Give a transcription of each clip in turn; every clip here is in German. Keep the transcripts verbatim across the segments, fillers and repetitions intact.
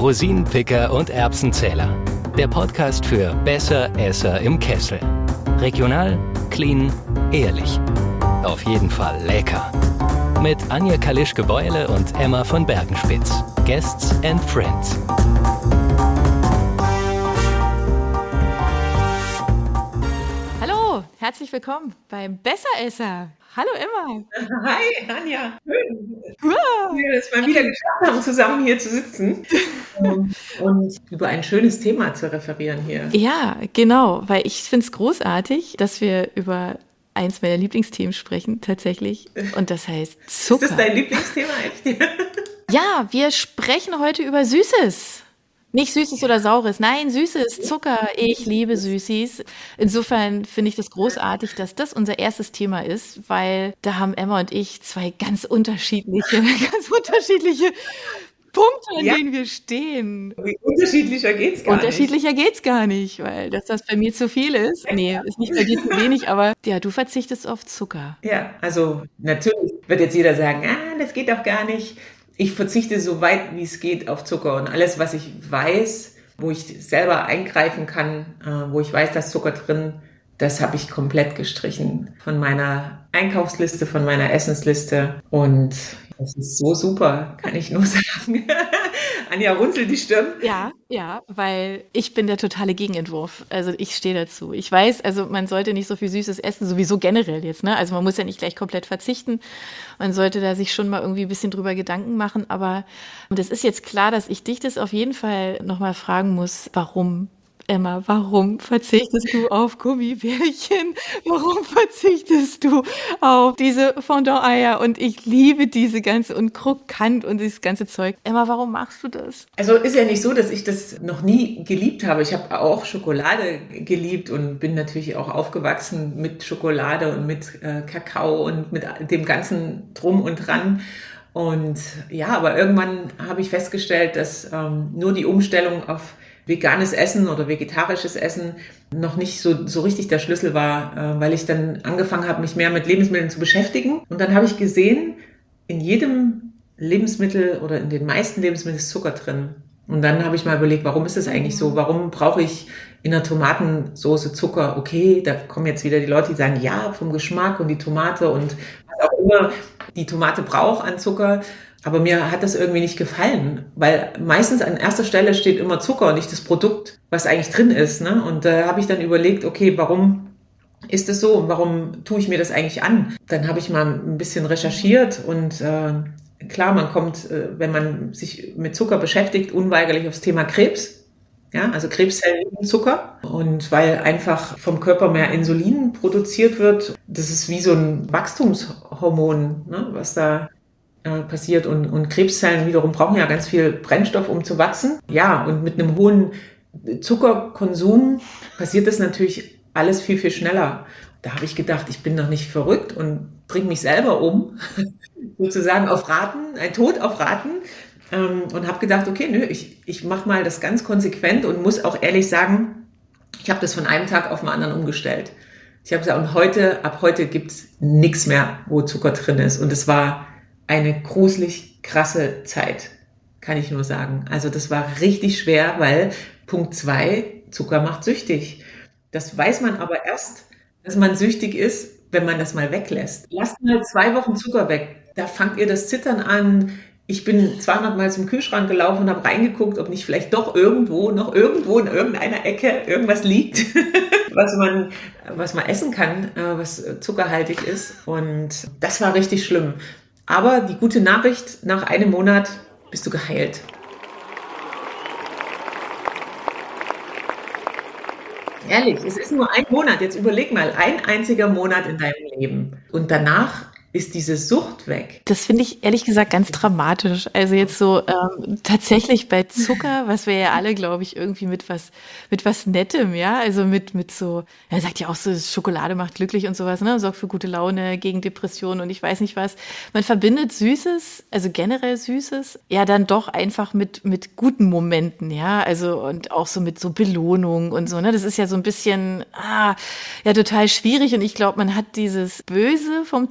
Rosinenpicker und Erbsenzähler. Der Podcast für Besser-Esser im Kessel. Regional, clean, ehrlich. Auf jeden Fall lecker. Mit Anja Kalischke-Beule und Emma von Bergenspitz. Guests and Friends. Hallo, herzlich willkommen beim Besser-Esser. Hallo Emma. Hi Anja. Schön, dass wir es mal wieder geschafft haben, zusammen hier zu sitzen und über ein schönes Thema zu referieren hier. Ja, genau, weil ich finde es großartig, dass wir über eins meiner Lieblingsthemen sprechen, tatsächlich. Und das heißt Zucker. Ist das dein Lieblingsthema, echt? Ja, wir sprechen heute über Süßes. Nicht Süßes oder Saures, nein, Süßes, Zucker. Ich liebe Süßis. Insofern finde ich das großartig, dass das unser erstes Thema ist, weil da haben Emma und ich zwei ganz unterschiedliche, ganz unterschiedliche Punkte, an ja. denen wir stehen. Wie unterschiedlicher geht's gar unterschiedlicher nicht. Unterschiedlicher geht's gar nicht, weil dass das bei mir zu viel ist. Nee, ist nicht bei dir zu wenig, aber ja, du verzichtest auf Zucker. Ja, also natürlich wird jetzt jeder sagen, ah, das geht doch gar nicht. Ich verzichte so weit, wie es geht, auf Zucker und alles, was ich weiß, wo ich selber eingreifen kann, äh, wo ich weiß, dass Zucker drin, das habe ich komplett gestrichen von meiner Einkaufsliste, von meiner Essensliste und das ist so super, kann ich nur sagen. Anja runzelt die Stirn. Ja, ja, weil ich bin der totale Gegenentwurf. Also ich stehe dazu. Ich weiß, also man sollte nicht so viel Süßes essen, sowieso generell jetzt, ne? Also man muss ja nicht gleich komplett verzichten. Man sollte da sich schon mal irgendwie ein bisschen drüber Gedanken machen. Aber das ist jetzt klar, dass ich dich das auf jeden Fall nochmal fragen muss, warum? Emma, warum verzichtest du auf Gummibärchen? Warum verzichtest du auf diese Fondant-Eier? Und ich liebe diese ganze und krokant und dieses ganze Zeug. Emma, warum machst du das? Also ist ja nicht so, dass ich das noch nie geliebt habe. Ich habe auch Schokolade geliebt und bin natürlich auch aufgewachsen mit Schokolade und mit äh, Kakao und mit dem ganzen Drum und Dran. Und ja, aber irgendwann habe ich festgestellt, dass ähm, nur die Umstellung auf veganes Essen oder vegetarisches Essen noch nicht so, so richtig der Schlüssel war, äh, weil ich dann angefangen habe, mich mehr mit Lebensmitteln zu beschäftigen. Und dann habe ich gesehen, in jedem Lebensmittel oder in den meisten Lebensmitteln ist Zucker drin. Und dann habe ich mal überlegt, warum ist das eigentlich so? Warum brauche ich in der Tomatensauce Zucker? Okay, da kommen jetzt wieder die Leute, die sagen, ja, vom Geschmack und die Tomate und was auch immer die Tomate braucht an Zucker. Aber mir hat das irgendwie nicht gefallen, weil meistens an erster Stelle steht immer Zucker und nicht das Produkt, was eigentlich drin ist, ne? Und da habe ich dann überlegt, okay, warum ist das so und warum tue ich mir das eigentlich an? Dann habe ich mal ein bisschen recherchiert und äh, klar, man kommt, äh, wenn man sich mit Zucker beschäftigt, unweigerlich aufs Thema Krebs. Ja, also Krebszellen lieben Zucker und weil einfach vom Körper mehr Insulin produziert wird, das ist wie so ein Wachstumshormon, ne, was da passiert und, und Krebszellen wiederum brauchen ja ganz viel Brennstoff, um zu wachsen. Ja, und mit einem hohen Zuckerkonsum passiert das natürlich alles viel, viel schneller. Da habe ich gedacht, ich bin doch nicht verrückt und bringe mich selber um, sozusagen auf Raten, ein Tod auf Raten. Ähm, und habe gedacht, okay, nö, ich, ich mache mal das ganz konsequent und muss auch ehrlich sagen, ich habe das von einem Tag auf den anderen umgestellt. Ich habe gesagt, und heute, ab heute gibt's nichts mehr, wo Zucker drin ist. Und es war eine gruselig krasse Zeit, kann ich nur sagen. Also das war richtig schwer, weil Punkt zwei, Zucker macht süchtig. Das weiß man aber erst, dass man süchtig ist, wenn man das mal weglässt. Lasst mal zwei Wochen Zucker weg. Da fangt ihr das Zittern an. Ich bin zweihundert Mal zum Kühlschrank gelaufen und habe reingeguckt, ob nicht vielleicht doch irgendwo, noch irgendwo in irgendeiner Ecke irgendwas liegt, was man, was man essen kann, was zuckerhaltig ist. Und das war richtig schlimm. Aber die gute Nachricht, nach einem Monat bist du geheilt. Ehrlich, es ist nur ein Monat. Jetzt überleg mal, ein einziger Monat in deinem Leben. Und danach ist diese Sucht weg. Das finde ich ehrlich gesagt ganz dramatisch. Also jetzt so ähm, tatsächlich bei Zucker, was wir ja alle, glaube ich, irgendwie mit was mit was Nettem, ja, also mit mit so, er sagt ja auch so, Schokolade macht glücklich und sowas, ne, sorgt für gute Laune, gegen Depressionen und ich weiß nicht was. Man verbindet Süßes, also generell Süßes, ja dann doch einfach mit mit guten Momenten, ja, also und auch so mit so Belohnung und so, ne, das ist ja so ein bisschen ah, ja total schwierig und ich glaube, man hat dieses Böse vom Zucker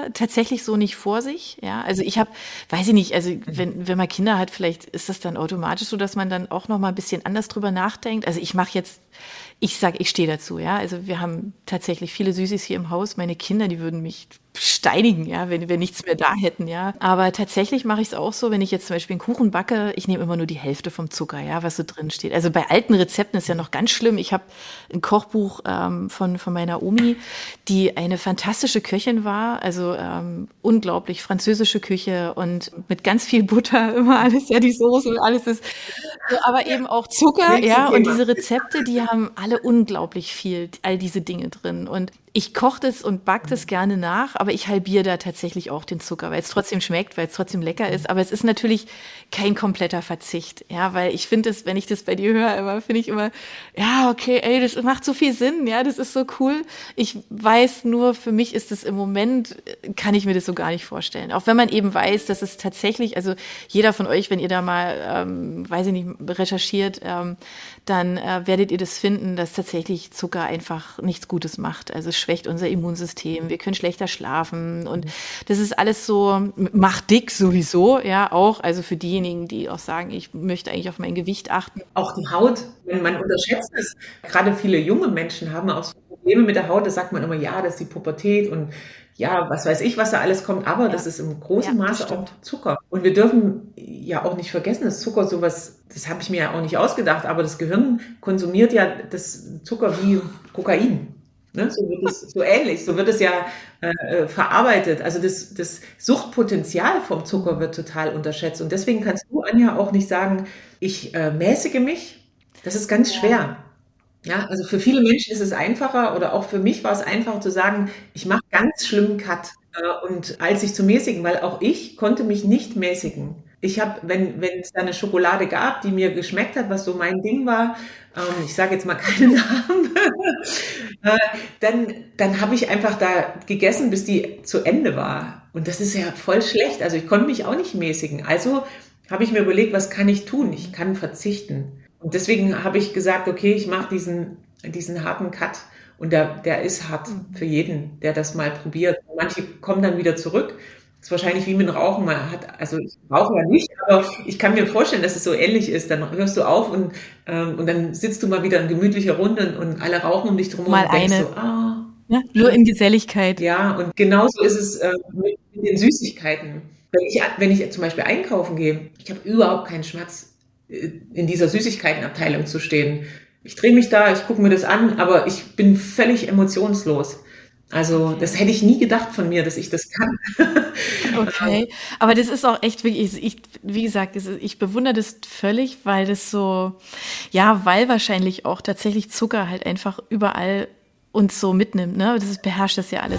Zucker tatsächlich so nicht vor sich. Ja, also ich habe, weiß ich nicht, also wenn, wenn man Kinder hat, vielleicht ist das dann automatisch so, dass man dann auch noch mal ein bisschen anders drüber nachdenkt. Also ich mache jetzt, ich sage, ich stehe dazu, ja. Also wir haben tatsächlich viele Süßis hier im Haus. Meine Kinder, die würden mich steinigen, ja, wenn wir nichts mehr da hätten, ja. Aber tatsächlich mache ich es auch so, wenn ich jetzt zum Beispiel einen Kuchen backe, ich nehme immer nur die Hälfte vom Zucker, ja, was so drin steht. Also bei alten Rezepten ist ja noch ganz schlimm. Ich habe ein Kochbuch ähm, von von meiner Omi, die eine fantastische Köchin war, also ähm, unglaublich französische Küche und mit ganz viel Butter immer alles, ja, die Soße und alles ist, so, aber eben auch Zucker, ja. Und diese Rezepte, die haben alle unglaublich viel, all diese Dinge drin. Und ich koche das und backe das gerne nach, aber ich halbiere da tatsächlich auch den Zucker, weil es trotzdem schmeckt, weil es trotzdem lecker ist. Aber es ist natürlich kein kompletter Verzicht, ja, weil ich finde es, wenn ich das bei dir höre, immer finde ich immer, ja, okay, ey, das macht so viel Sinn, ja, das ist so cool. Ich weiß nur, für mich ist es im Moment, kann ich mir das so gar nicht vorstellen. Auch wenn man eben weiß, dass es tatsächlich, also jeder von euch, wenn ihr da mal, ähm, weiß ich nicht, recherchiert, ähm, dann äh, werdet ihr das finden, dass tatsächlich Zucker einfach nichts Gutes macht. Also es schwächt unser Immunsystem, wir können schlechter schlafen und das ist alles so, macht dick sowieso, ja, auch, also für diejenigen, die auch sagen, ich möchte eigentlich auf mein Gewicht achten. Auch die Haut, wenn man unterschätzt es, gerade viele junge Menschen haben auch so Probleme mit der Haut, da sagt man immer, ja, das ist die Pubertät und ja, was weiß ich, was da alles kommt, aber ja, das ist im großen ja, Maße auch Zucker. Und wir dürfen ja auch nicht vergessen, dass Zucker sowas, das habe ich mir ja auch nicht ausgedacht, aber das Gehirn konsumiert ja das Zucker wie Kokain. Ne? So wird es, so ähnlich, so wird es ja äh, verarbeitet. Also das, das Suchtpotenzial vom Zucker wird total unterschätzt. Und deswegen kannst du, Anja, auch nicht sagen, ich äh, mäßige mich. Das ist ganz schwer. Ja, also für viele Menschen ist es einfacher oder auch für mich war es einfacher zu sagen, ich mache ganz schlimmen Cut äh, und als sich zu mäßigen, weil auch ich konnte mich nicht mäßigen. Ich habe, wenn wenn es da eine Schokolade gab, die mir geschmeckt hat, was so mein Ding war, ähm, ich sage jetzt mal keinen Namen, äh, dann dann habe ich einfach da gegessen, bis die zu Ende war. Und das ist ja voll schlecht. Also ich konnte mich auch nicht mäßigen. Also habe ich mir überlegt, was kann ich tun? Ich kann verzichten. Und deswegen habe ich gesagt, okay, ich mache diesen, diesen harten Cut. Und der, der ist hart für jeden, der das mal probiert. Manche kommen dann wieder zurück. Das ist wahrscheinlich wie mit dem Rauchen. Man hat, also ich rauche ja nicht, aber ich kann mir vorstellen, dass es so ähnlich ist. Dann hörst du auf und, ähm, und dann sitzt du mal wieder in gemütlicher Runde und alle rauchen um dich drum mal und denkst eine. so, ah. Ja, nur in Geselligkeit. Ja, und genauso ist es äh, mit, mit den Süßigkeiten. Wenn ich, wenn ich zum Beispiel einkaufen gehe, ich habe überhaupt keinen Schmerz, in dieser Süßigkeitenabteilung zu stehen. Ich drehe mich da, ich gucke mir das an, aber ich bin völlig emotionslos. Also okay. Das hätte ich nie gedacht von mir, dass ich das kann. Okay, aber das ist auch echt wirklich, ich, wie gesagt, ich bewundere das völlig, weil das so, ja, weil wahrscheinlich auch tatsächlich Zucker halt einfach überall uns so mitnimmt, ne? Das beherrscht das ja alles.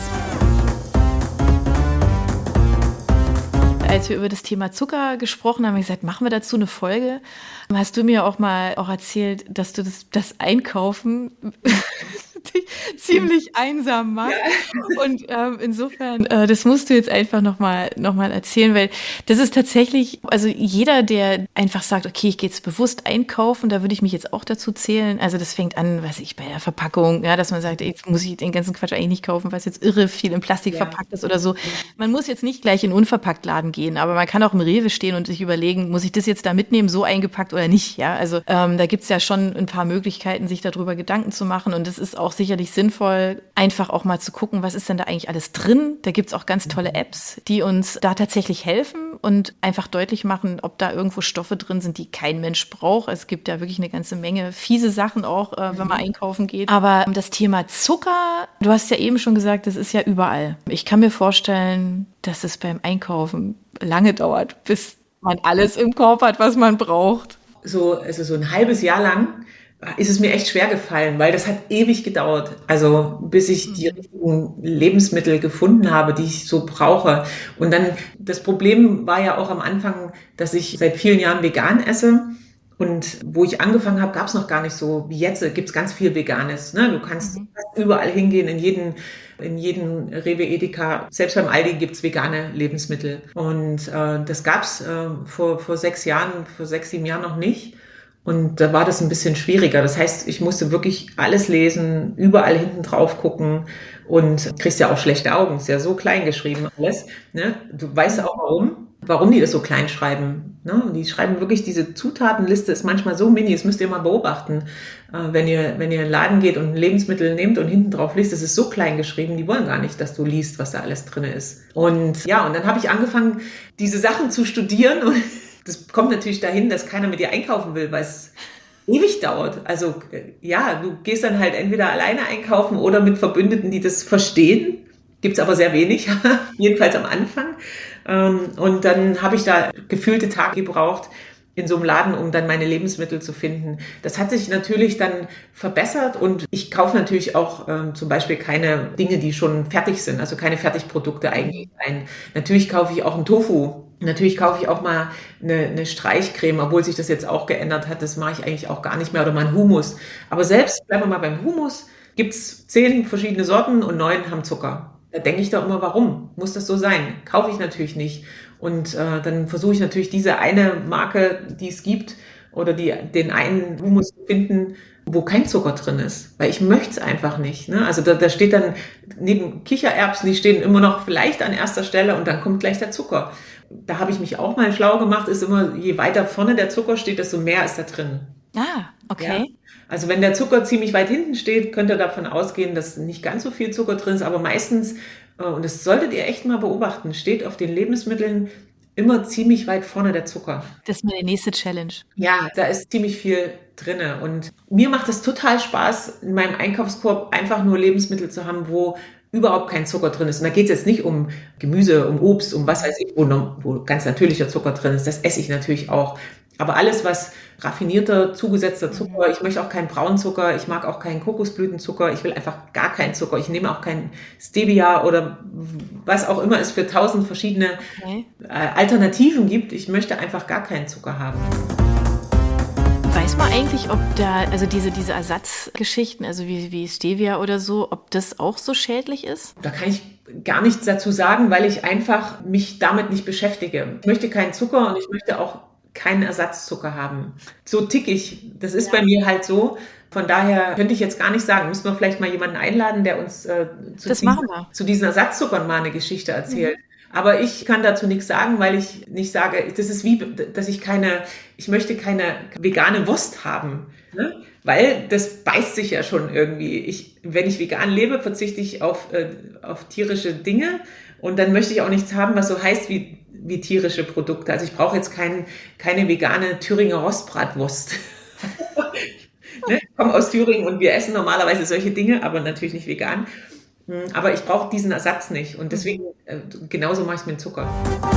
Als wir über das Thema Zucker gesprochen haben, habe ich gesagt, machen wir dazu eine Folge. Hast du mir auch mal auch erzählt, dass du das, das Einkaufen ziemlich einsam macht. Ja. Und ähm, insofern, äh, das musst du jetzt einfach nochmal noch mal erzählen, weil das ist tatsächlich, also jeder, der einfach sagt, okay, ich gehe jetzt bewusst einkaufen, da würde ich mich jetzt auch dazu zählen. Also das fängt an, weiß ich, bei der Verpackung, ja, dass man sagt, ey, jetzt muss ich den ganzen Quatsch eigentlich nicht kaufen, weil es jetzt irre viel in Plastik ja. verpackt ist oder so. Man muss jetzt nicht gleich in einen Unverpacktladen gehen, aber man kann auch im Rewe stehen und sich überlegen, muss ich das jetzt da mitnehmen, so eingepackt oder nicht, ja. Also ähm, da gibt's ja schon ein paar Möglichkeiten, sich darüber Gedanken zu machen und das ist auch sicherlich sinnvoll, einfach auch mal zu gucken, was ist denn da eigentlich alles drin. Da gibt's auch ganz tolle Apps, die uns da tatsächlich helfen und einfach deutlich machen, ob da irgendwo Stoffe drin sind, die kein Mensch braucht. Es gibt ja wirklich eine ganze Menge fiese Sachen auch, äh, wenn man einkaufen geht. Aber das Thema Zucker, du hast ja eben schon gesagt, das ist ja überall. Ich kann mir vorstellen, dass es beim Einkaufen lange dauert, bis man alles im Korb hat, was man braucht. So, also so ein halbes Jahr lang ist es mir echt schwer gefallen, weil das hat ewig gedauert. Also bis ich die richtigen Lebensmittel gefunden habe, die ich so brauche. Und dann, das Problem war ja auch am Anfang, dass ich seit vielen Jahren vegan esse. Und wo ich angefangen habe, gab es noch gar nicht so wie jetzt. Gibt es ganz viel Veganes. Ne? Du kannst mhm. überall hingehen, in jeden, in jeden Rewe, Edeka. Selbst beim Aldi gibt es vegane Lebensmittel. Und äh, das gab es äh, vor, vor sechs Jahren, vor sechs, sieben Jahren noch nicht. Und da war das ein bisschen schwieriger. Das heißt, ich musste wirklich alles lesen, überall hinten drauf gucken und kriegst ja auch schlechte Augen. Ist ja so klein geschrieben alles. Ne? Du weißt auch warum, warum die das so klein schreiben. Ne? Und die schreiben wirklich, diese Zutatenliste ist manchmal so mini, das müsst ihr mal beobachten. Äh, wenn ihr, wenn ihr in den Laden geht und ein Lebensmittel nehmt und hinten drauf liest, das ist so klein geschrieben, die wollen gar nicht, dass du liest, was da alles drin ist. Und ja, und dann habe ich angefangen, diese Sachen zu studieren und das kommt natürlich dahin, dass keiner mit dir einkaufen will, weil es ewig dauert. Also ja, du gehst dann halt entweder alleine einkaufen oder mit Verbündeten, die das verstehen. Gibt's aber sehr wenig, jedenfalls am Anfang. Und dann habe ich da gefühlte Tage gebraucht in so einem Laden, um dann meine Lebensmittel zu finden. Das hat sich natürlich dann verbessert und ich kaufe natürlich auch ähm, zum Beispiel keine Dinge, die schon fertig sind, also keine Fertigprodukte eigentlich ein. Natürlich kaufe ich auch einen Tofu. Natürlich kaufe ich auch mal eine, eine Streichcreme, obwohl sich das jetzt auch geändert hat. Das mache ich eigentlich auch gar nicht mehr. Oder mal einen Hummus. Aber selbst, bleiben wir mal beim Hummus, gibt's zehn verschiedene Sorten und neun haben Zucker. Da denke ich doch immer, warum? Muss das so sein? Kaufe ich natürlich nicht. Und äh, dann versuche ich natürlich diese eine Marke, die es gibt, oder die, den einen Hummus zu finden, wo kein Zucker drin ist. Weil ich möchte es einfach nicht. Ne? Also da, da steht dann neben Kichererbsen, die stehen immer noch vielleicht an erster Stelle und dann kommt gleich der Zucker. Da habe ich mich auch mal schlau gemacht, ist immer, je weiter vorne der Zucker steht, desto mehr ist da drin. Ah, okay. Ja. Also wenn der Zucker ziemlich weit hinten steht, könnt ihr davon ausgehen, dass nicht ganz so viel Zucker drin ist, aber meistens, und das solltet ihr echt mal beobachten, steht auf den Lebensmitteln immer ziemlich weit vorne der Zucker. Das ist meine nächste Challenge. Ja, da ist ziemlich viel drinne und mir macht es total Spaß, in meinem Einkaufskorb einfach nur Lebensmittel zu haben, wo überhaupt kein Zucker drin ist. Und da geht es jetzt nicht um Gemüse, um Obst, um was weiß ich, wo, wo ganz natürlicher Zucker drin ist. Das esse ich natürlich auch. Aber alles, was raffinierter, zugesetzter Zucker, ich möchte auch keinen Braunzucker, ich mag auch keinen Kokosblütenzucker, ich will einfach gar keinen Zucker, ich nehme auch keinen Stevia oder was auch immer es für tausend verschiedene okay. Alternativen gibt. Ich möchte einfach gar keinen Zucker haben. Weiß man eigentlich, ob da, also diese, diese Ersatzgeschichten, also wie, wie Stevia oder so, ob das auch so schädlich ist? Da kann ich gar nichts dazu sagen, weil ich einfach mich damit nicht beschäftige. Ich möchte keinen Zucker und ich möchte auch keinen Ersatzzucker haben. So tick ich. Das ist ja. bei mir halt so. Von daher könnte ich jetzt gar nicht sagen. Müssen wir vielleicht mal jemanden einladen, der uns äh, zu, das diesen, machen wir. zu diesen Ersatzzuckern mal eine Geschichte erzählt. Mhm. Aber ich kann dazu nichts sagen, weil ich nicht sage, das ist wie, dass ich keine, ich möchte keine vegane Wurst haben. Ne? Weil das beißt sich ja schon irgendwie. Ich, wenn ich vegan lebe, verzichte ich auf, äh, auf tierische Dinge und dann möchte ich auch nichts haben, was so heißt wie wie tierische Produkte. Also ich brauche jetzt kein, keine vegane Thüringer Rostbratwurst. Ne? Ich komme aus Thüringen und wir essen normalerweise solche Dinge, aber natürlich nicht vegan. Aber ich brauche diesen Ersatz nicht und deswegen äh, genauso mache ich es mit Zucker.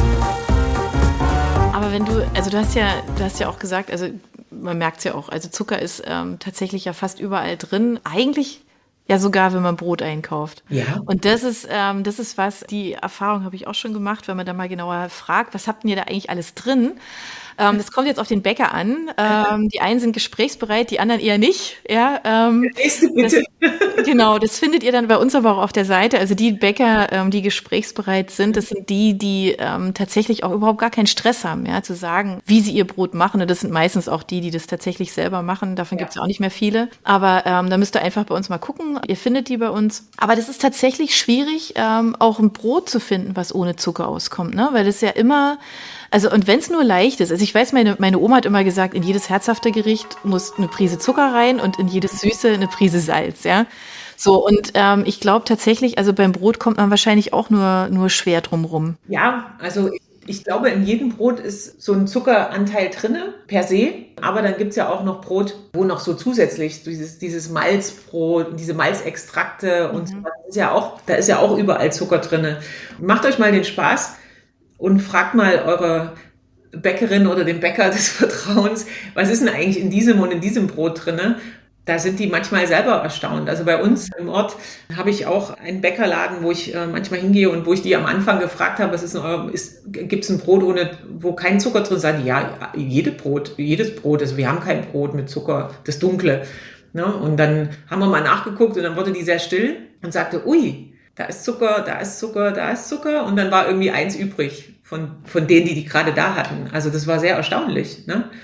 Aber wenn du, also du hast ja, du hast ja auch gesagt, also man merkt es ja auch, also Zucker ist ähm, tatsächlich ja fast überall drin. Eigentlich ja sogar, wenn man Brot einkauft. Ja. Und das ist, ähm, das ist was, die Erfahrung habe ich auch schon gemacht, wenn man da mal genauer fragt, was habt ihr da eigentlich alles drin? Ähm, das kommt jetzt auf den Bäcker an. Ähm, die einen sind gesprächsbereit, die anderen eher nicht. Ja, ähm, Nächste bitte. Das, genau, das findet ihr dann bei uns aber auch auf der Seite. Also die Bäcker, ähm, die gesprächsbereit sind, das sind die, die ähm, tatsächlich auch überhaupt gar keinen Stress haben, ja, zu sagen, wie sie ihr Brot machen. Und das sind meistens auch die, die das tatsächlich selber machen. Davon ja. gibt es auch nicht mehr viele. Aber ähm, da müsst ihr einfach bei uns mal gucken. Ihr findet die bei uns. Aber das ist tatsächlich schwierig, ähm, auch ein Brot zu finden, was ohne Zucker auskommt, ne? Weil das ja immer, also und wenn es nur leicht ist, also ich weiß, meine, meine Oma hat immer gesagt, in jedes herzhafte Gericht muss eine Prise Zucker rein und in jedes Süße eine Prise Salz, ja. So, und ähm, ich glaube tatsächlich, also beim Brot kommt man wahrscheinlich auch nur, nur schwer drum rum. Ja, also ich, ich glaube, in jedem Brot ist so ein Zuckeranteil drinne, per se. Aber dann gibt's ja auch noch Brot, wo noch so zusätzlich dieses, dieses Malzbrot, diese Malzextrakte und mhm. so, das ist ja auch, da ist ja auch überall Zucker drinne. Macht euch mal den Spaß und fragt mal eure Bäckerin oder den Bäcker des Vertrauens, was ist denn eigentlich in diesem und in diesem Brot drinne? Da sind die manchmal selber erstaunt. Also bei uns im Ort habe ich auch einen Bäckerladen, wo ich äh, manchmal hingehe und wo ich die am Anfang gefragt habe, was ist denn, ist, gibt's ein Brot ohne, wo kein Zucker drin ist? Sagen die, ja, jede Brot, jedes Brot, also wir haben kein Brot mit Zucker, das Dunkle. Ne? Und dann haben wir mal nachgeguckt und dann wurde die sehr still und sagte, ui, da ist Zucker, da ist Zucker, da ist Zucker. Und dann war irgendwie eins übrig von, von denen, die die gerade da hatten. Also das war sehr erstaunlich. Ne?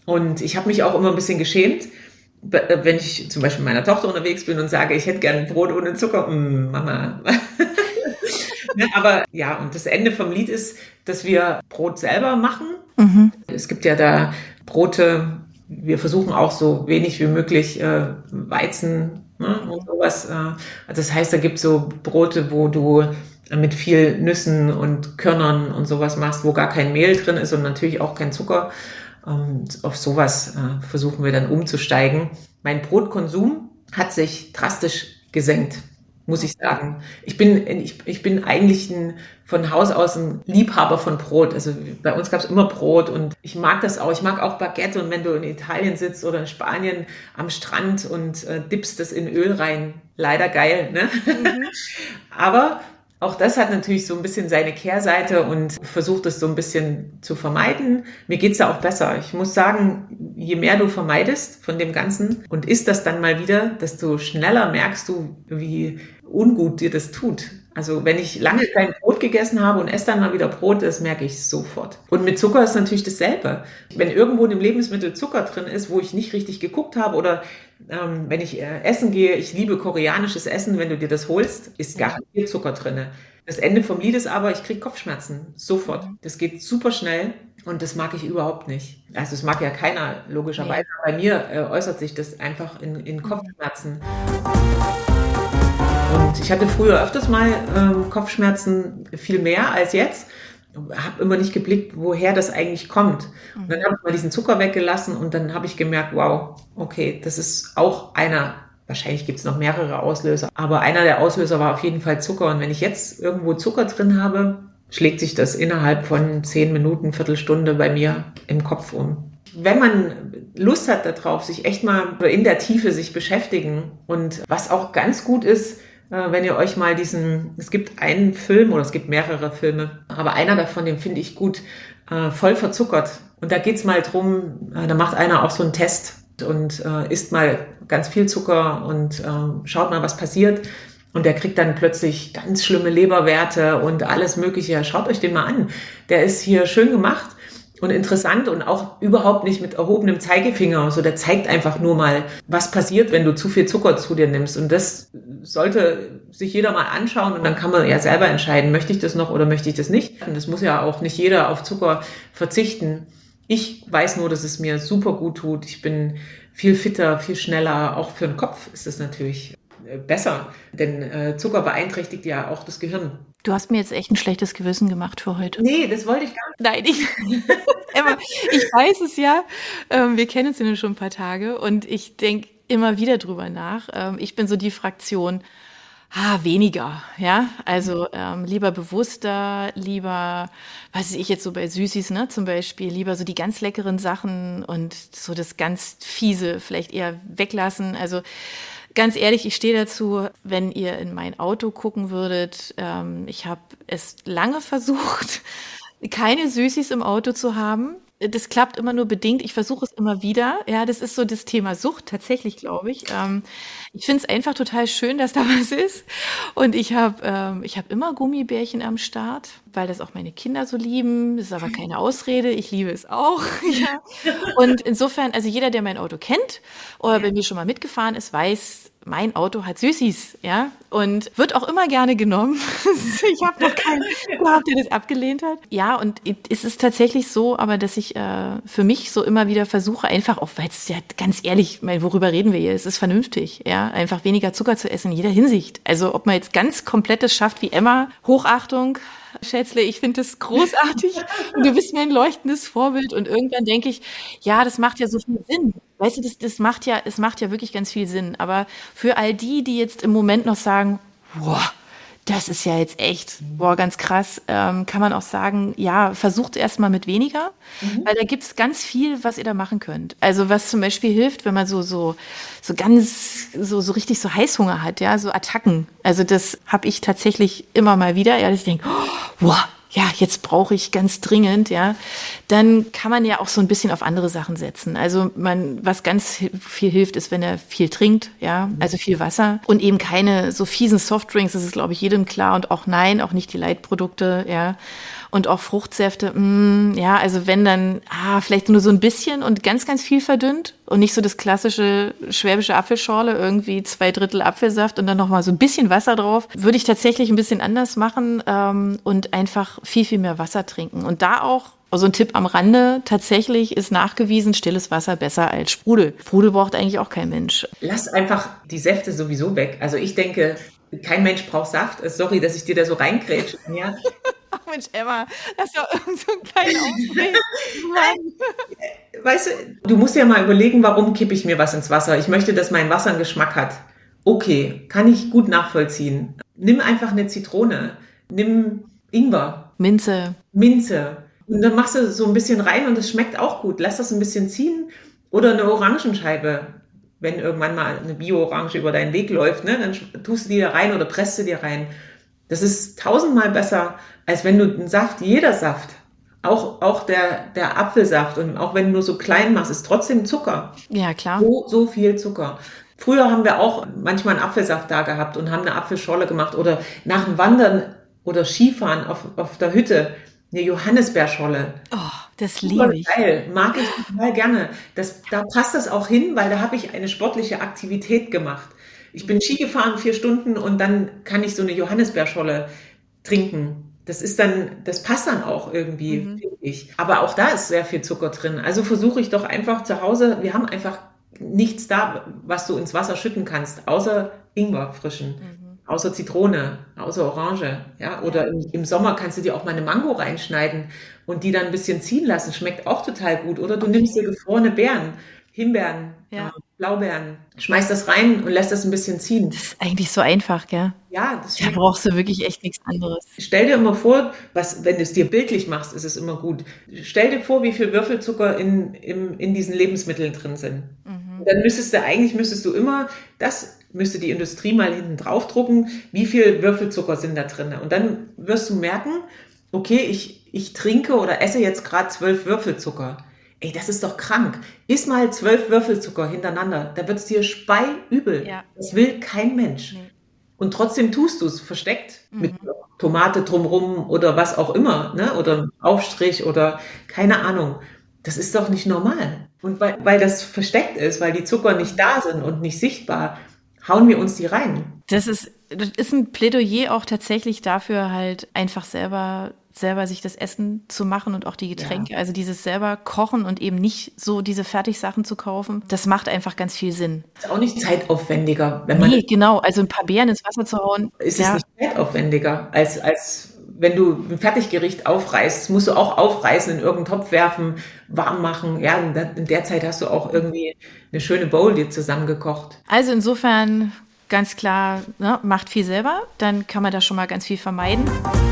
Und ich habe mich auch immer ein bisschen geschämt, wenn ich zum Beispiel mit meiner Tochter unterwegs bin und sage, ich hätte gerne Brot ohne Zucker. Mm, Mama. Ja, aber ja, und das Ende vom Lied ist, dass wir Brot selber machen. Mhm. Es gibt ja da Brote, wir versuchen auch so wenig wie möglich äh, Weizen, ne, und sowas. Äh, also das heißt, da gibt es so Brote, wo du mit viel Nüssen und Körnern und sowas machst, wo gar kein Mehl drin ist und natürlich auch kein Zucker. Und auf sowas äh, versuchen wir dann umzusteigen. Mein Brotkonsum hat sich drastisch gesenkt, muss ich sagen. Ich bin, ich, ich bin eigentlich ein, von Haus aus ein Liebhaber von Brot. Also bei uns gab es immer Brot und ich mag das auch. Ich mag auch Baguette und wenn du in Italien sitzt oder in Spanien am Strand und äh, dippst das in Öl rein, leider geil, ne? Mhm. Aber auch das hat natürlich so ein bisschen seine Kehrseite und versucht es so ein bisschen zu vermeiden. Mir geht's ja auch besser. Ich muss sagen, je mehr du vermeidest von dem Ganzen und isst das dann mal wieder, desto schneller merkst du, wie ungut dir das tut. Also wenn ich lange kein Brot gegessen habe und esse dann mal wieder Brot, das merke ich sofort. Und mit Zucker ist natürlich dasselbe. Wenn irgendwo in dem Lebensmittel Zucker drin ist, wo ich nicht richtig geguckt habe oder ähm, wenn ich äh, essen gehe, ich liebe koreanisches Essen, wenn du dir das holst, ist garantiert Zucker drin. Das Ende vom Lied ist aber, ich kriege Kopfschmerzen. Sofort. Das geht super schnell und das mag ich überhaupt nicht. Also das mag ja keiner, logischerweise. Nee. Bei mir äh, äußert sich das einfach in, in Kopfschmerzen. Und ich hatte früher öfters mal ähm, Kopfschmerzen, viel mehr als jetzt. Habe immer nicht geblickt, woher das eigentlich kommt. Und dann habe ich mal diesen Zucker weggelassen und dann habe ich gemerkt, wow, okay, das ist auch einer, wahrscheinlich gibt es noch mehrere Auslöser, aber einer der Auslöser war auf jeden Fall Zucker. Und wenn ich jetzt irgendwo Zucker drin habe, schlägt sich das innerhalb von zehn Minuten, Viertelstunde bei mir im Kopf um. Wenn man Lust hat darauf, sich echt mal in der Tiefe sich beschäftigen und was auch ganz gut ist, wenn ihr euch mal diesen, es gibt einen Film oder es gibt mehrere Filme, aber einer davon, den finde ich gut, äh, voll verzuckert. Und da geht's mal drum, äh, da macht einer auch so einen Test und äh, isst mal ganz viel Zucker und äh, schaut mal, was passiert. Und der kriegt dann plötzlich ganz schlimme Leberwerte und alles Mögliche. Schaut euch den mal an. Der ist hier schön gemacht und interessant und auch überhaupt nicht mit erhobenem Zeigefinger. So, der zeigt einfach nur mal, was passiert, wenn du zu viel Zucker zu dir nimmst. Und das sollte sich jeder mal anschauen und dann kann man ja selber entscheiden, möchte ich das noch oder möchte ich das nicht. Und das muss ja auch nicht jeder auf Zucker verzichten. Ich weiß nur, dass es mir super gut tut. Ich bin viel fitter, viel schneller. Auch für den Kopf ist es natürlich besser, denn äh, Zucker beeinträchtigt ja auch das Gehirn. Du hast mir jetzt echt ein schlechtes Gewissen gemacht für heute. Nee, das wollte ich gar nicht. Nein, ich, Emma, ich weiß es ja. Ähm, wir kennen uns ja schon ein paar Tage und ich denke immer wieder drüber nach. Ähm, ich bin so die Fraktion, ah, weniger, ja. Also ähm, lieber bewusster, lieber, was weiß ich jetzt so bei Süßis, ne, zum Beispiel, lieber so die ganz leckeren Sachen und so das ganz fiese vielleicht eher weglassen. Also ganz ehrlich, ich stehe dazu, wenn ihr in mein Auto gucken würdet. Ähm, ich habe es lange versucht, keine Süßis im Auto zu haben. Das klappt immer nur bedingt. Ich versuche es immer wieder. Ja, das ist so das Thema Sucht tatsächlich, glaube ich. Ähm, ich finde es einfach total schön, dass da was ist. Und ich habe ähm, ich habe immer Gummibärchen am Start, weil das auch meine Kinder so lieben. Das ist aber keine Ausrede. Ich liebe es auch. Ja. Und insofern, also jeder, der mein Auto kennt oder bei mir schon mal mitgefahren ist, weiß, mein Auto hat Süßis, ja, und wird auch immer gerne genommen. Ich habe noch keinen gehabt, der das abgelehnt hat. Ja, und es ist tatsächlich so, aber dass ich äh, für mich so immer wieder versuche, einfach auch, weil es ja ganz ehrlich, mein, worüber reden wir hier? Es ist vernünftig, ja, einfach weniger Zucker zu essen in jeder Hinsicht. Also ob man jetzt ganz komplettes schafft wie Emma, Hochachtung, Schätzle, ich finde das großartig und du bist mir ein leuchtendes Vorbild und irgendwann denke ich, ja, das macht ja so viel Sinn. Weißt du, das, das macht ja, es macht ja wirklich ganz viel Sinn. Aber für all die, die jetzt im Moment noch sagen, boah, das ist ja jetzt echt, boah, ganz krass, ähm, kann man auch sagen, ja, versucht erstmal mit weniger, mhm. weil da gibt's ganz viel, was ihr da machen könnt. Also was zum Beispiel hilft, wenn man so so so ganz so so richtig so Heißhunger hat, ja, so Attacken. Also das habe ich tatsächlich immer mal wieder, ja, dass ich denke, oh, boah, ja, jetzt brauche ich ganz dringend, ja, dann kann man ja auch so ein bisschen auf andere Sachen setzen. Also man, was ganz viel hilft, ist, wenn er viel trinkt, ja, also viel Wasser und eben keine so fiesen Softdrinks, das ist, glaube ich, jedem klar und auch nein, auch nicht die Light-Produkte, ja. Und auch Fruchtsäfte, mh, ja, also wenn dann, ah, vielleicht nur so ein bisschen und ganz, ganz viel verdünnt und nicht so das klassische schwäbische Apfelschorle, irgendwie zwei Drittel Apfelsaft und dann nochmal so ein bisschen Wasser drauf. Würde ich tatsächlich ein bisschen anders machen ähm, und einfach viel, viel mehr Wasser trinken. Und da auch, also ein Tipp am Rande, tatsächlich ist nachgewiesen, stilles Wasser besser als Sprudel. Sprudel braucht eigentlich auch kein Mensch. Lass einfach die Säfte sowieso weg. Also ich denke, kein Mensch braucht Saft. Sorry, dass ich dir da so reingrätsche. Ja. Ach Mensch, Emma, das ist doch irgend so ein kleiner Ausdruck. Weißt du, du musst ja mal überlegen, warum kippe ich mir was ins Wasser? Ich möchte, dass mein Wasser einen Geschmack hat. Okay, kann ich gut nachvollziehen. Nimm einfach eine Zitrone. Nimm Ingwer. Minze. Minze. Und dann machst du so ein bisschen rein und es schmeckt auch gut. Lass das ein bisschen ziehen. Oder eine Orangenscheibe. Wenn irgendwann mal eine Bio-Orange über deinen Weg läuft, ne, dann tust du die da rein oder presst du dir rein. Das ist tausendmal besser, als wenn du einen Saft, jeder Saft, auch, auch der, der Apfelsaft und auch wenn du nur so klein machst, ist trotzdem Zucker. Ja, klar. So, so viel Zucker. Früher haben wir auch manchmal einen Apfelsaft da gehabt und haben eine Apfelschorle gemacht oder nach dem Wandern oder Skifahren auf, auf der Hütte eine Johannisbeerschorle. Oh, das liebe ich. Geil, mag ich total gerne. Das, da passt das auch hin, weil da habe ich eine sportliche Aktivität gemacht. Ich bin Ski gefahren, vier Stunden und dann kann ich so eine Johannisbeerschorle trinken. Das ist dann, das passt dann auch irgendwie, mhm. finde ich. Aber auch da ist sehr viel Zucker drin. Also versuche ich doch einfach zu Hause, wir haben einfach nichts da, was du ins Wasser schütten kannst, außer Ingwer frischen. Mhm. Außer Zitrone, außer Orange, ja, oder im, im Sommer kannst du dir auch mal eine Mango reinschneiden und die dann ein bisschen ziehen lassen, schmeckt auch total gut. Oder du nimmst dir gefrorene Beeren, Himbeeren, ja. äh, Blaubeeren, schmeißt das rein und lässt das ein bisschen ziehen. Das ist eigentlich so einfach, gell? Ja, das Da brauchst du wirklich echt nichts anderes. Stell dir immer vor, was, wenn du es dir bildlich machst, ist es immer gut. Stell dir vor, wie viel Würfelzucker in, in, in diesen Lebensmitteln drin sind. Mhm. Und dann müsstest du, eigentlich müsstest du immer, das müsste die Industrie mal hinten drauf drucken, wie viel Würfelzucker sind da drin. Und dann wirst du merken, okay, ich, ich trinke oder esse jetzt gerade zwölf Würfelzucker. Ey, das ist doch krank. Iss mal zwölf Würfelzucker hintereinander. Da wird es dir speiübel. Ja. Das will kein Mensch. Nee. Und trotzdem tust du es versteckt mhm. mit Tomate drumrum oder was auch immer, ne? Oder Aufstrich oder keine Ahnung. Das ist doch nicht normal. Und weil, weil das versteckt ist, weil die Zucker nicht da sind und nicht sichtbar, hauen wir uns die rein. Das ist, das ist ein Plädoyer auch tatsächlich dafür, halt einfach selber selber sich das Essen zu machen und auch die Getränke, ja. Also dieses selber kochen und eben nicht so diese Fertigsachen zu kaufen, das macht einfach ganz viel Sinn. Ist auch nicht zeitaufwendiger. Wenn man nee, genau, also ein paar Beeren ins Wasser zu hauen. Ist ja. es nicht zeitaufwendiger, als, als wenn du ein Fertiggericht aufreißt, musst du auch aufreißen, in irgendeinen Topf werfen, warm machen. Ja, in der Zeit hast du auch irgendwie eine schöne Bowl dir zusammengekocht. Also insofern ganz klar, ne, macht viel selber, dann kann man da schon mal ganz viel vermeiden.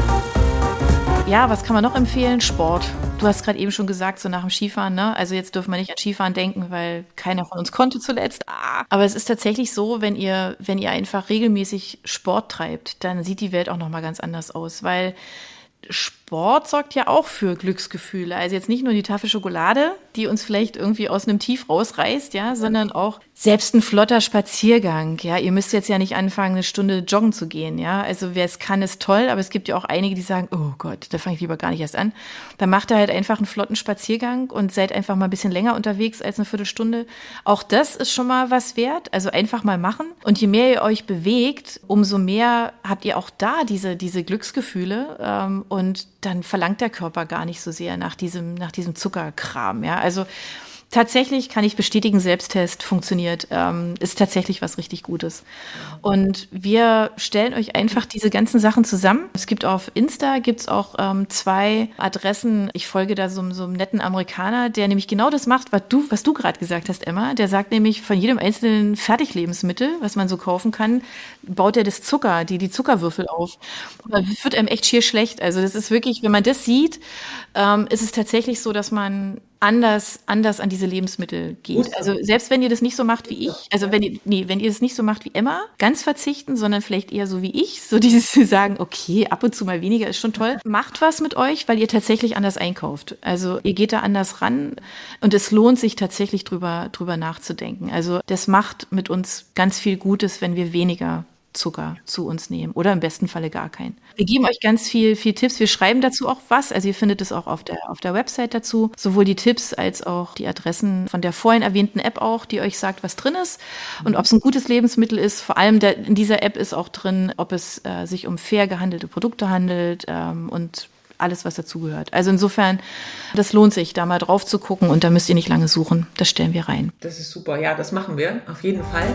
Ja, was kann man noch empfehlen? Sport. Du hast gerade eben schon gesagt, so nach dem Skifahren, ne? Also jetzt dürfen wir nicht an Skifahren denken, weil keiner von uns konnte zuletzt. Ah. Aber es ist tatsächlich so, wenn ihr, wenn ihr einfach regelmäßig Sport treibt, dann sieht die Welt auch nochmal ganz anders aus, weil Sport sorgt ja auch für Glücksgefühle. Also jetzt nicht nur die Tafel Schokolade, die uns vielleicht irgendwie aus einem Tief rausreißt, ja, sondern auch selbst ein flotter Spaziergang. Ja, ihr müsst jetzt ja nicht anfangen, eine Stunde joggen zu gehen. Ja, also wer es kann, ist toll. Aber es gibt ja auch einige, die sagen, oh Gott, da fange ich lieber gar nicht erst an. Dann macht ihr halt einfach einen flotten Spaziergang und seid einfach mal ein bisschen länger unterwegs als eine Viertelstunde. Auch das ist schon mal was wert. Also einfach mal machen. Und je mehr ihr euch bewegt, umso mehr habt ihr auch da diese, diese Glücksgefühle. Ähm, und dann verlangt der Körper gar nicht so sehr nach diesem, nach diesem Zuckerkram. Ja, also tatsächlich kann ich bestätigen, Selbsttest funktioniert, ähm, ist tatsächlich was richtig Gutes. Und wir stellen euch einfach diese ganzen Sachen zusammen. Es gibt auf Insta, gibt's auch ähm, zwei Adressen. Ich folge da so, so einem netten Amerikaner, der nämlich genau das macht, was du, was du gerade gesagt hast, Emma. Der sagt nämlich, von jedem einzelnen Fertiglebensmittel, was man so kaufen kann, baut er das Zucker, die, die Zuckerwürfel auf. Und dann wird einem echt schier schlecht. Also das ist wirklich, wenn man das sieht, ähm, ist es tatsächlich so, dass man anders, anders an diese Lebensmittel geht. Also selbst wenn ihr das nicht so macht wie ich, also wenn ihr, nee, wenn ihr das nicht so macht wie Emma, ganz verzichten, sondern vielleicht eher so wie ich, so dieses zu sagen, okay, ab und zu mal weniger ist schon toll. Macht was mit euch, weil ihr tatsächlich anders einkauft. Also ihr geht da anders ran und es lohnt sich tatsächlich drüber, drüber nachzudenken. Also das macht mit uns ganz viel Gutes, wenn wir weniger Zucker zu uns nehmen oder im besten Falle gar keinen. Wir geben euch ganz viel, viel Tipps. Wir schreiben dazu auch was. Also ihr findet es auch auf der, auf der Website dazu. Sowohl die Tipps als auch die Adressen von der vorhin erwähnten App auch, die euch sagt, was drin ist und ob es ein gutes Lebensmittel ist. Vor allem der, in dieser App ist auch drin, ob es äh, sich um fair gehandelte Produkte handelt ähm, und alles, was dazugehört. Also insofern, das lohnt sich, da mal drauf zu gucken und da müsst ihr nicht lange suchen. Das stellen wir rein. Das ist super. Ja, das machen wir auf jeden Fall.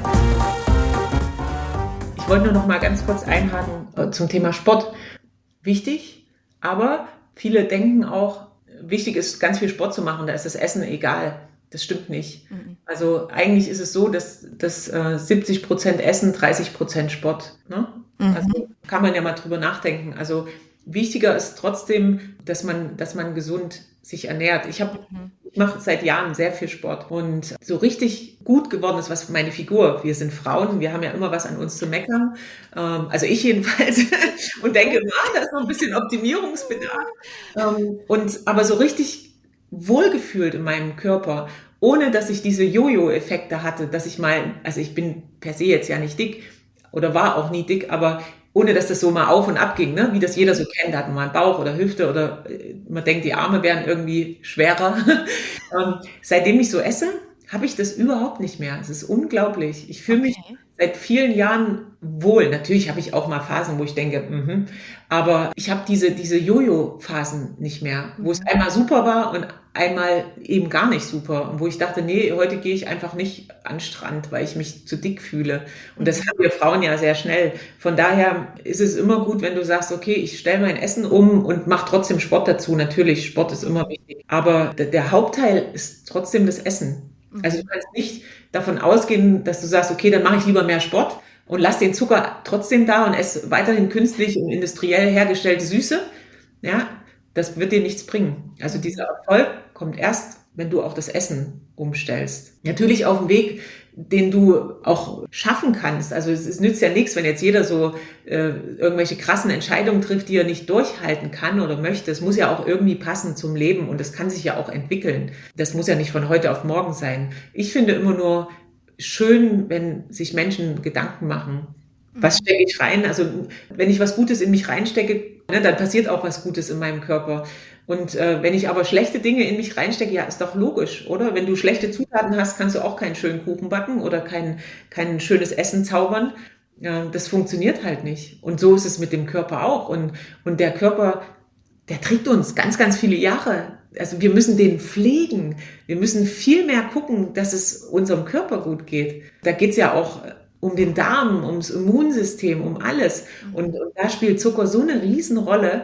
Ich wollte nur noch mal ganz kurz einhaken zum Thema Sport. Wichtig, aber viele denken auch, wichtig ist, ganz viel Sport zu machen, da ist das Essen egal. Das stimmt nicht. Mhm. Also eigentlich ist es so, dass, dass äh, siebzig Prozent Essen, dreißig Prozent Sport. Ne? Mhm. Also kann man ja mal drüber nachdenken. Also wichtiger ist trotzdem, dass man, dass man gesund sich ernährt. Ich habe, mhm. ich mache seit Jahren sehr viel Sport und so richtig gut geworden ist, was meine Figur. Wir sind Frauen, wir haben ja immer was an uns zu meckern. Ähm, also ich jedenfalls und denke, ah, da ist noch ein bisschen Optimierungsbedarf. Ähm, und aber so richtig wohlgefühlt in meinem Körper, ohne dass ich diese Jojo-Effekte hatte, dass ich mal, also ich bin per se jetzt ja nicht dick oder war auch nie dick, aber ohne dass das so mal auf und ab ging, ne? Wie das jeder so kennt, da hat man mal einen Bauch oder Hüfte oder man denkt, die Arme wären irgendwie schwerer. ähm, seitdem ich so esse, habe ich das überhaupt nicht mehr. Es ist unglaublich. Ich fühle mich okay. seit vielen Jahren wohl. Natürlich habe ich auch mal Phasen, wo ich denke, mhm. aber ich habe diese, diese Jojo-Phasen nicht mehr, wo es einmal super war und einmal eben gar nicht super. Und wo ich dachte, nee, heute gehe ich einfach nicht an den Strand, weil ich mich zu dick fühle. Und das haben wir Frauen ja sehr schnell. Von daher ist es immer gut, wenn du sagst, okay, ich stelle mein Essen um und mache trotzdem Sport dazu. Natürlich, Sport ist immer wichtig. Aber der, der Hauptteil ist trotzdem das Essen. Also du kannst nicht davon ausgehen, dass du sagst, okay, dann mache ich lieber mehr Sport und lass den Zucker trotzdem da und esse weiterhin künstlich und industriell hergestellte Süße. Ja, das wird dir nichts bringen. Also dieser Erfolg kommt erst, wenn du auch das Essen umstellst. Natürlich auf dem Weg, den du auch schaffen kannst. Also es, es nützt ja nichts, wenn jetzt jeder so äh, irgendwelche krassen Entscheidungen trifft, die er nicht durchhalten kann oder möchte. Es muss ja auch irgendwie passen zum Leben und das kann sich ja auch entwickeln. Das muss ja nicht von heute auf morgen sein. Ich finde immer nur schön, wenn sich Menschen Gedanken machen. Was stecke ich rein? Also wenn ich was Gutes in mich reinstecke, ne, dann passiert auch was Gutes in meinem Körper. Und äh, wenn ich aber schlechte Dinge in mich reinstecke, ja, ist doch logisch, oder? Wenn du schlechte Zutaten hast, kannst du auch keinen schönen Kuchen backen oder kein, kein schönes Essen zaubern. Ja, das funktioniert halt nicht. Und so ist es mit dem Körper auch. Und, und der Körper, der trägt uns ganz, ganz viele Jahre. Also wir müssen den pflegen. Wir müssen viel mehr gucken, dass es unserem Körper gut geht. Da geht's ja auch um den Darm, ums Immunsystem, um alles. Und, und da spielt Zucker so eine Riesenrolle.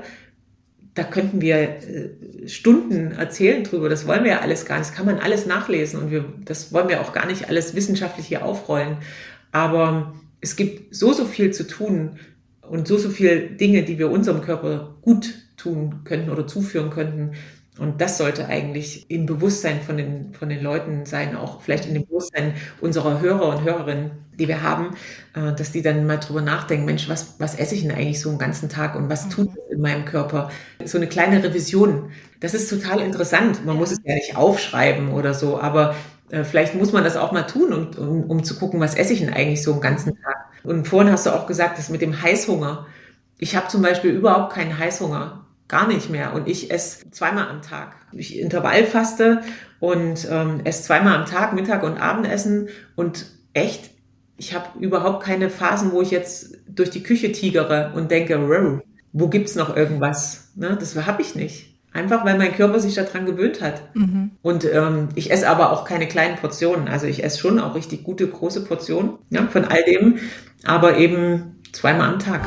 Da könnten wir äh, Stunden erzählen drüber. Das wollen wir ja alles gar nicht. Das kann man alles nachlesen und wir, das wollen wir auch gar nicht alles wissenschaftlich hier aufrollen. Aber es gibt so, so viel zu tun und so, so viele Dinge, die wir unserem Körper gut tun könnten oder zuführen könnten. Und das sollte eigentlich im Bewusstsein von den, von den Leuten sein, auch vielleicht in dem Bewusstsein unserer Hörer und Hörerinnen, die wir haben, dass die dann mal drüber nachdenken, Mensch, was, was esse ich denn eigentlich so einen ganzen Tag und was tut es in meinem Körper? So eine kleine Revision, das ist total interessant. Man muss es ja nicht aufschreiben oder so, aber vielleicht muss man das auch mal tun, um, um, um zu gucken, was esse ich denn eigentlich so einen ganzen Tag? Und vorhin hast du auch gesagt, das mit dem Heißhunger. Ich habe zum Beispiel überhaupt keinen Heißhunger. Gar nicht mehr. Und ich esse zweimal am Tag. Ich intervallfaste und ähm, esse zweimal am Tag, Mittag und Abendessen. Und echt, ich habe überhaupt keine Phasen, wo ich jetzt durch die Küche tigere und denke, wo gibt's noch irgendwas? Ne, das habe ich nicht. Einfach, weil mein Körper sich daran gewöhnt hat. Mhm. Und ähm, ich esse aber auch keine kleinen Portionen. Also ich esse schon auch richtig gute, große Portionen, ja, von all dem, aber eben zweimal am Tag.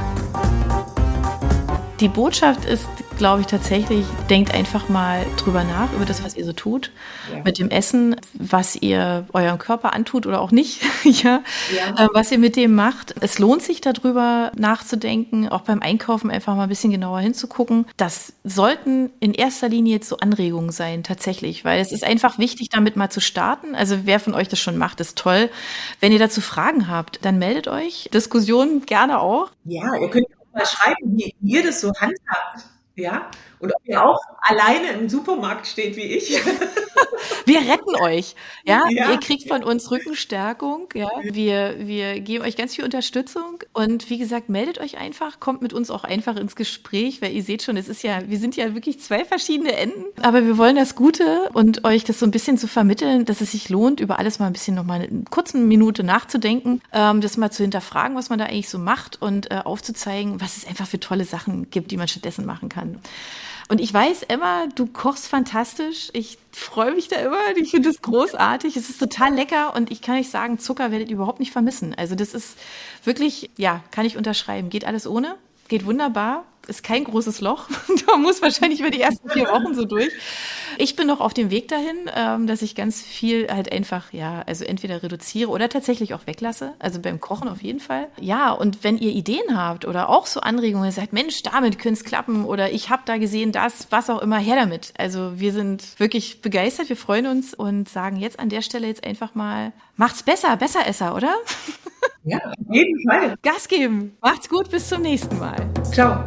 Die Botschaft ist, glaube ich, tatsächlich, denkt einfach mal drüber nach, über das, was ihr so tut, ja. mit dem Essen, was ihr eurem Körper antut oder auch nicht, ja, ja. Äh, was ihr mit dem macht. Es lohnt sich, darüber nachzudenken, auch beim Einkaufen einfach mal ein bisschen genauer hinzugucken. Das sollten in erster Linie jetzt so Anregungen sein, tatsächlich, weil es ist einfach wichtig, damit mal zu starten. Also wer von euch das schon macht, ist toll. Wenn ihr dazu Fragen habt, dann meldet euch. Diskussionen gerne auch. Ja, ihr könnt mal schreiben, wie ihr das so handhabt. Ja, und ob ihr auch alleine im Supermarkt steht wie ich. Wir retten euch. Ja, Ja. Ihr kriegt von uns Rückenstärkung. Ja, wir, wir geben euch ganz viel Unterstützung. Und wie gesagt, meldet euch einfach, kommt mit uns auch einfach ins Gespräch, weil ihr seht schon, es ist ja, wir sind ja wirklich zwei verschiedene Enden. Aber wir wollen das Gute und euch das so ein bisschen zu vermitteln, dass es sich lohnt, über alles mal ein bisschen noch mal eine kurze Minute nachzudenken, ähm, das mal zu hinterfragen, was man da eigentlich so macht und äh, aufzuzeigen, was es einfach für tolle Sachen gibt, die man stattdessen machen kann. Und ich weiß, Emma, du kochst fantastisch. Ich freue mich da immer. Ich finde es großartig. Es ist total lecker und ich kann euch sagen, Zucker werdet ihr überhaupt nicht vermissen. Also das ist wirklich, ja, kann ich unterschreiben. Geht alles ohne, geht wunderbar. Ist kein großes Loch. Da muss wahrscheinlich über die ersten vier Wochen so durch. Ich bin noch auf dem Weg dahin, ähm, dass ich ganz viel halt einfach, ja, also entweder reduziere oder tatsächlich auch weglasse. Also beim Kochen auf jeden Fall. Ja, und wenn ihr Ideen habt oder auch so Anregungen, sagt, Mensch, damit könnte es klappen oder ich habe da gesehen das, was auch immer, her damit. Also wir sind wirklich begeistert, wir freuen uns und sagen jetzt an der Stelle jetzt einfach mal, macht's besser, Besseresser, oder? Ja, auf jeden Fall. Gas geben. Macht's gut, bis zum nächsten Mal. Ciao.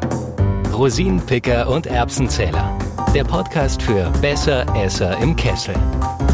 Rosinenpicker und Erbsenzähler. Der Podcast für Besser Esser im Kessel.